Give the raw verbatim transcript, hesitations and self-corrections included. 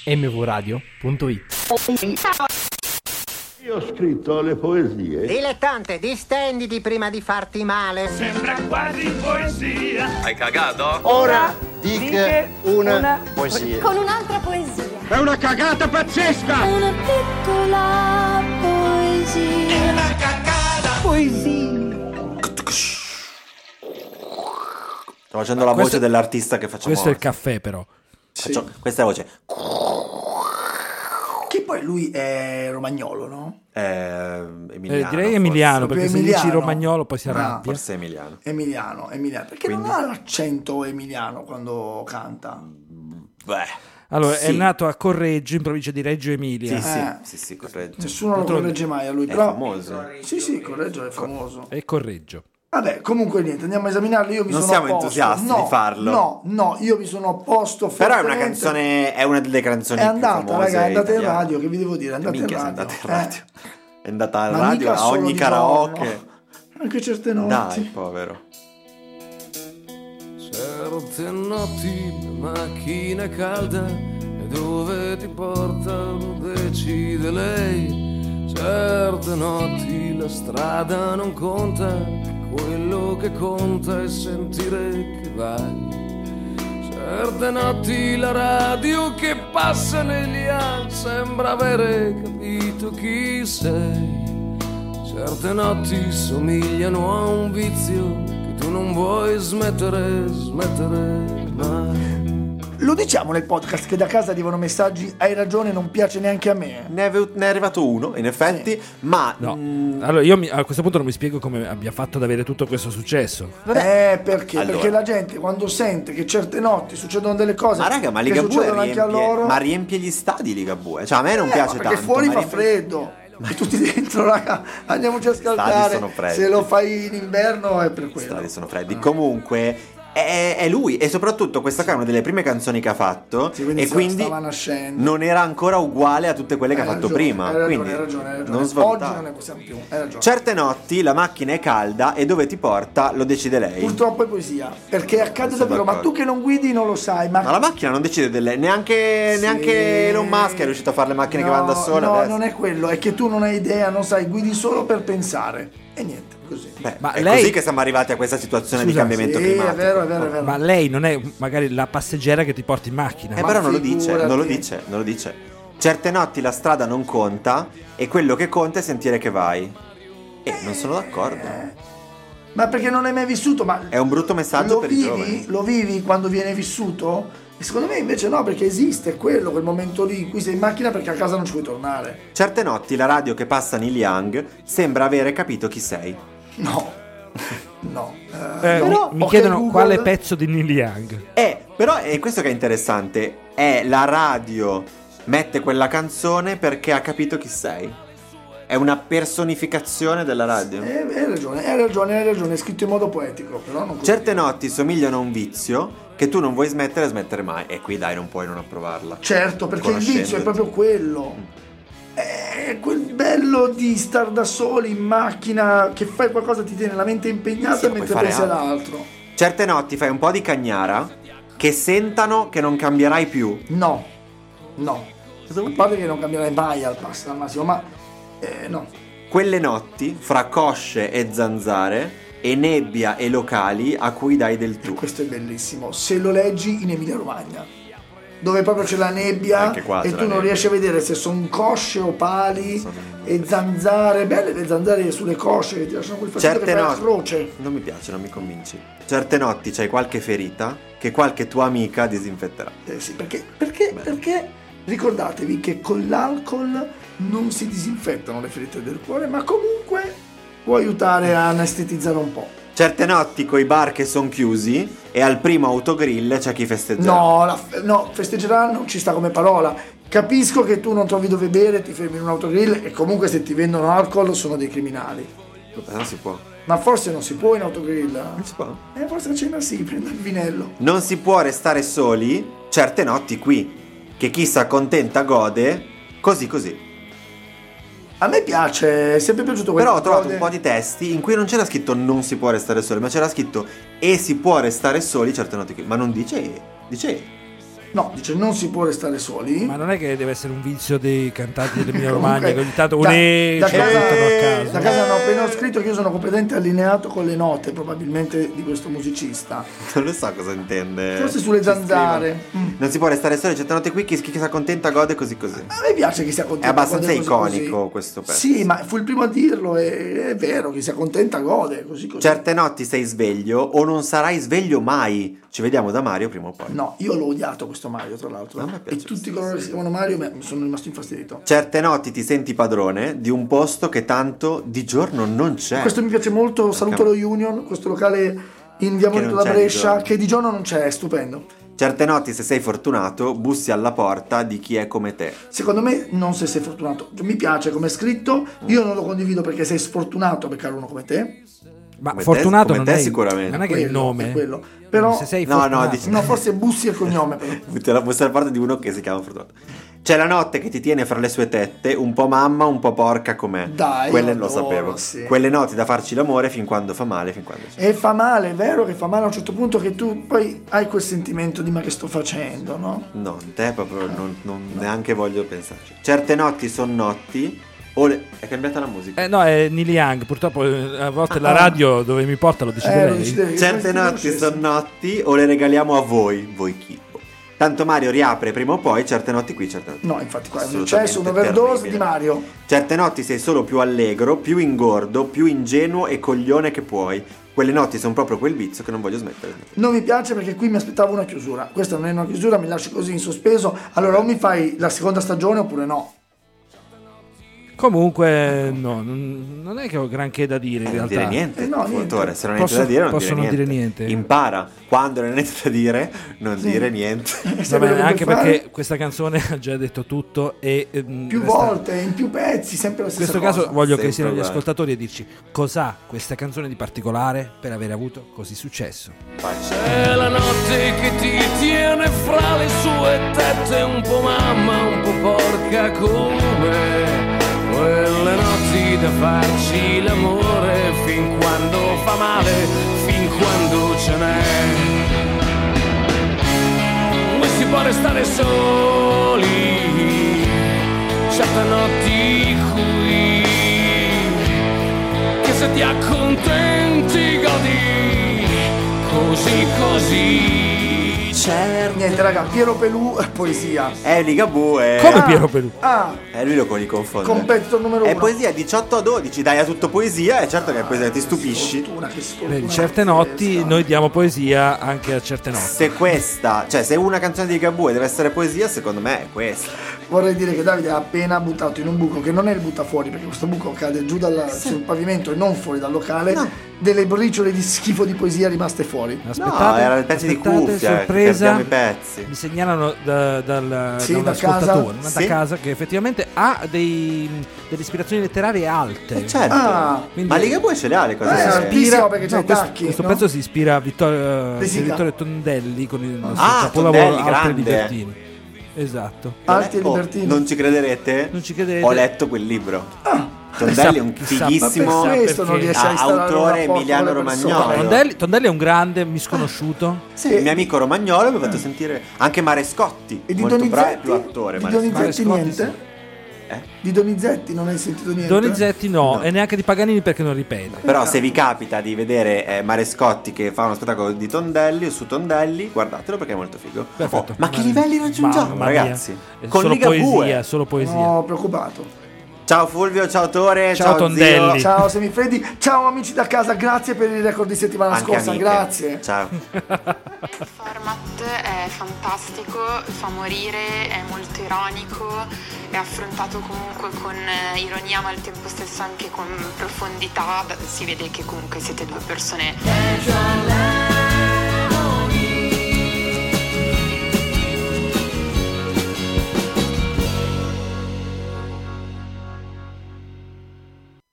m v radio punto it. Io ho scritto le poesie. Dilettante, distenditi prima di farti male. Sembra quasi poesia. Hai cagato? Ora dica una, una poesia. Con un'altra poesia. È una cagata pazzesca! Una piccola poesia. È una cagata. Poesia. Sto facendo la Questo- voce dell'artista che facciamo. Questo è il caffè, però. Faccio- Questa è la voce. Che poi lui è romagnolo, no? Eh, Eh, Emiliano. direi forse. Emiliano, perché se Emiliano. dici romagnolo poi si Ah, arrabbia. Forse Emiliano. Emiliano, Emiliano. Perché Quindi? non ha l'accento emiliano quando canta? Beh. Allora, sì. è nato a Correggio, in provincia di Reggio Emilia. Sì, sì, Eh. sì, sì, corretto. Nessuno lo Purtroppo- corregge mai a lui, È però... famoso. Sì, sì, Correggio è famoso. È Correggio. Vabbè, comunque niente, andiamo a esaminarlo. Io mi Non sono siamo opposto. entusiasti no, di farlo. No, no, io mi sono opposto Però è una fortemente. canzone, è una delle canzoni È più andata, famose raga, è andata in italiane. radio, che vi devo dire, è andata in Minchia, radio. è andata in Eh. radio. È andata in Ma radio mica a solo ogni di karaoke. giorno. Anche certe notti. Dai, povero. Certe notti la macchina è calda e dove ti portano decide lei. Certe notti la strada non conta, quello che conta è sentire che vai. Certe notti la radio che passa negli anni sembra avere capito chi sei. Certe notti somigliano a un vizio che tu non vuoi smettere, smettere mai. Lo diciamo nel podcast che da casa arrivano messaggi, hai ragione, non piace neanche a me. Ne è, ne è arrivato uno, in effetti, ma No. mh, Allora, io mi- a questo punto non mi spiego come abbia fatto ad avere tutto questo successo. Eh, perché? Allora. Perché la gente quando sente che certe notti succedono delle cose ma raga, ma che Ligabue succedono anche a riempie, loro, ma riempie gli stadi Ligabue. Cioè a me non eh, piace ma perché tanto. fuori ma fa riempie- freddo. E tutti dentro, raga, andiamoci a scaldare. sono freddi. Se lo fai in inverno è per Gli quello. stadi sono freddi. Comunque è, è lui, e soprattutto questa qua è una delle prime canzoni che ha fatto, Sì, quindi e stava- quindi stava nascendo. non era ancora uguale a tutte quelle che Hai ha fatto ragione, prima. Hai ragione, quindi hai ragione, hai ragione. non Oggi svalutare. non ne possiamo più. Hai ragione. Certe notti la macchina è calda e dove ti porta lo decide lei. Purtroppo è poesia, perché accade sono davvero, ma d'accordo. tu che non guidi non lo sai, ma Ma la macchina non decide delle. Neanche, Sì. neanche Elon Musk è riuscito a fare le macchine che No, vanno da sole. No, adesso. non è quello, è che tu non hai idea, non sai, guidi solo per pensare. E niente, così. Beh, Ma è lei- così che siamo arrivati a questa situazione Scusa, di cambiamento Sì, climatico. è vero, è vero, è vero. Ma lei non è magari la passeggera che ti porta in macchina. Eh, Ma però non lo dice, figurati. non lo dice, non lo dice. Certe notti la strada non conta e quello che conta è sentire che vai. E non sono d'accordo. Ma perché non hai mai vissuto? Ma È un brutto messaggio lo per vivi? i giovani. Lo vivi quando viene vissuto? E secondo me invece no, perché esiste quello, quel momento lì in cui sei in macchina perché a casa non ci puoi tornare. Certe notti la radio che passa Neil Young sembra avere capito chi sei. No, no. Eh, Eh, però, mi mi ok, chiedono Google- quale pezzo di Neil Young. Eh, però è questo che è interessante. È la radio mette quella canzone perché ha capito chi sei. È una personificazione della radio. Eh, hai ragione, hai ragione, hai ragione, è scritto in modo poetico, però non così. Certe notti somigliano a un vizio che tu non vuoi smettere e smettere mai. E qui dai, non puoi non approvarla. Certo, perché il vizio è Conoscendoti. proprio quello. È quel bello di star da soli in macchina, che fai qualcosa, ti tiene la mente impegnata Sì, e puoi mentre fare pensi altro. all'altro. Certe notti fai un po' di cagnara che sentano che non cambierai più. No, no. A parte che non cambierai mai al passo al massimo, ma eh, no. Quelle notti fra cosce e zanzare e nebbia e locali a cui dai del tu. Questo è bellissimo. Se lo leggi in Emilia Romagna, dove proprio c'è la nebbia Anche qua c'è e la tu non nebbia. riesci a vedere se sono cosce o pali Sono- e zanzare, belle le zanzare sulle cosce che ti lasciano quel fastidio Certe che fai la notti croce. non mi piace, non mi convinci. Certe notti c'hai qualche ferita che qualche tua amica disinfetterà. Eh sì, perché, perché, perché ricordatevi che con l'alcol non si disinfettano le ferite del cuore, ma comunque può aiutare a anestetizzare un po'. Certe notti coi bar che sono chiusi e al primo autogrill c'è chi festeggerà. No, la, no, festeggerà non ci sta come parola. Capisco che tu non trovi dove bere, ti fermi in un autogrill e comunque se ti vendono alcol sono dei criminali. Eh, non si può. Ma forse non si può in autogrill. Non si può. Eh, forse a cena sì, prendo il vinello. Non si può restare soli certe notti qui, che chi si accontenta gode, così così. A me piace, è sempre piaciuto quel Però ho trovato un po' di testi in cui non c'era scritto non si può restare soli, ma c'era scritto e si può restare soli certe notti qui. Ma non dice e, dice e. No, dice non si può restare soli. Ma non è che deve essere un vizio dei cantanti dell'Emilia Comunque, Romagna che ogni tanto da- une da ci casa- buttano a caso. Da casa hanno appena scritto che io sono completamente allineato con le note, probabilmente, di questo musicista. Non lo so cosa intende. Forse sulle Ci zanzare. scrivono. Mm. Non si può restare soli, certe note qui, chi, chi si accontenta gode così così. A me piace che sia È contento. abbastanza gode così iconico così. questo pezzo. Sì, ma fu il primo a dirlo, è, è vero, chi si accontenta gode, così così. Certe notti sei sveglio o non sarai sveglio mai. Ci vediamo da Mario prima o poi. No, io l'ho odiato questo Mario, tra l'altro. A me piace E tutti questo, coloro che sì. si chiamano Mario mi sono rimasto infastidito. Certe notti ti senti padrone di un posto che tanto di giorno non c'è. Questo mi piace molto, saluto lo Union, questo locale in via Che Monte non da c'è di Brescia, giorno. che di giorno non c'è, è stupendo. Certe notti, se sei fortunato, bussi alla porta di chi è come te. Secondo me non se sei fortunato, mi piace come è scritto, io non lo condivido perché sei sfortunato a beccare uno come te. Ma Come te- fortunato come non te è sicuramente. non è che è il Quello, nome. è quello. Però se sei No, no, fortunato. dici- no, forse Bussi è il cognome però. Butti alla busta alla porta di uno che si chiama fortunato. C'è la notte che ti tiene fra le sue tette, un po' mamma, un po' porca com'è. Dai, Quelle adoro, lo sapevo. sì. Quelle notti da farci l'amore fin quando fa male, fin quando c'è. E fa male, è vero che fa male a un certo punto che tu poi hai quel sentimento di ma che sto facendo, no? No, te proprio non, non neanche voglio pensarci. Certe notti son notti. O le... È cambiata la musica. Eh, no, è Neil Young. Purtroppo eh, a volte la Ah. radio dove mi porta lo decide Eh, lo lei. decide- Certe come notti si sono conoscesse? notti o le regaliamo a voi, voi chi? Tanto Mario riapre prima o poi, certe notti qui, certe notti. No, infatti qua è Assolutamente successo un overdose terribile. di Mario. Certe notti sei solo più allegro, più ingordo, più ingenuo e coglione che puoi. Quelle notti sono proprio quel vizio che non voglio smettere. Non mi piace perché qui mi aspettavo una chiusura. Questa non è una chiusura, mi lasci così in sospeso. Allora o mi fai la seconda stagione oppure no. Comunque, no, non, non è che ho granché da dire in Non realtà. dire niente, Eh, no, niente. Fautore, se non hai niente Posso- da dire non posso dire non niente. dire niente. Impara, quando non hai niente da dire, non dire niente. Va Sai bene, quello che anche puoi fare? perché questa canzone ha già detto tutto e ehm, Più resta- volte, in più pezzi, sempre la in stessa questo cosa. caso voglio Sempre che siano gli uguale. ascoltatori a dirci cos'ha questa canzone di particolare per aver avuto così successo. C'è la notte che ti tiene fra le sue tette, un po' mamma, un po' porca come quelle notti da farci l'amore fin quando fa male, fin quando ce n'è. Non si può restare soli, certe notti qui, che se ti accontenti godi così così. C'è Niente raga, Piero Pelù, eh, poesia. È Ligabue. Come Piero Pelù? Ah, Eh, lui lo li confonde. competitor numero È uno. poesia diciotto a dodici, dai a tutto poesia, e certo che è poesia, ti stupisci. Sfortuna, che sfortuna Vedi, certe notti pazzesca. noi diamo poesia anche a certe notti. Se questa, cioè se una canzone di Ligabue deve essere poesia, secondo me è questa. Vorrei dire che Davide ha appena buttato in un buco che non è il buttafuori, perché questo buco cade giù dal, sul pavimento e non fuori dal locale, delle briciole di schifo di poesia rimaste fuori. Aspettate, No, era il pezzo di aspettate, cuffia, che sorpresa. perdiamo i pezzi. Mi segnalano da, dal, Sì, da un da ascoltatore, casa. ma da Sì. casa, che effettivamente ha dei, delle ispirazioni letterarie alte. Eh, certo. Ah, Quindi- Ma Ligabue ce le ha le cose. Eh, serie. altissimo perché c'è no, i questo, tacchi, questo no? pezzo si ispira a Vittorio, De Sica. Vittorio Tondelli con il nostro Ah, capolavoro Tondelli, Altri grande. Libertini. Esatto. Alti e Oh, libertini. non ci crederete? Non ci credete? Ho letto quel libro. Ah, Tondelli è un chissà- fighissimo ma per questo non perché- riesce a Ah, installare un autore rapporto con Emiliano le persone. Romagnolo. Tondelli, Tondelli è un grande misconosciuto. Sì. Il mio amico Romagnolo mi ha fatto sentire anche Marescotti. E di molto bravo, è Donizetti? più attore. Di Marescotti. Donizetti Marescotti, niente? Eh? Di Donizetti non hai sentito niente? Donizetti no, No. e neanche di Paganini perché non ripete. Però se vi capita di vedere eh, Marescotti che fa uno spettacolo di Tondelli o su Tondelli, guardatelo perché è molto figo. Perfetto. Oh, ma che livelli raggiungiamo, Mamma mia. ragazzi? È Con solo Ligabue. poesia, solo poesia. No, preoccupato. Ciao Fulvio, ciao Tore, Ciao, ciao, Tondelli. zio. Ciao Semifreddi, ciao amici da casa, grazie per il record di settimana Anche scorsa, amiche. grazie. Ciao. Il format è fantastico, fa morire, è molto ironico, è affrontato comunque con eh, ironia ma al tempo stesso anche con profondità. Beh, si vede che comunque siete due persone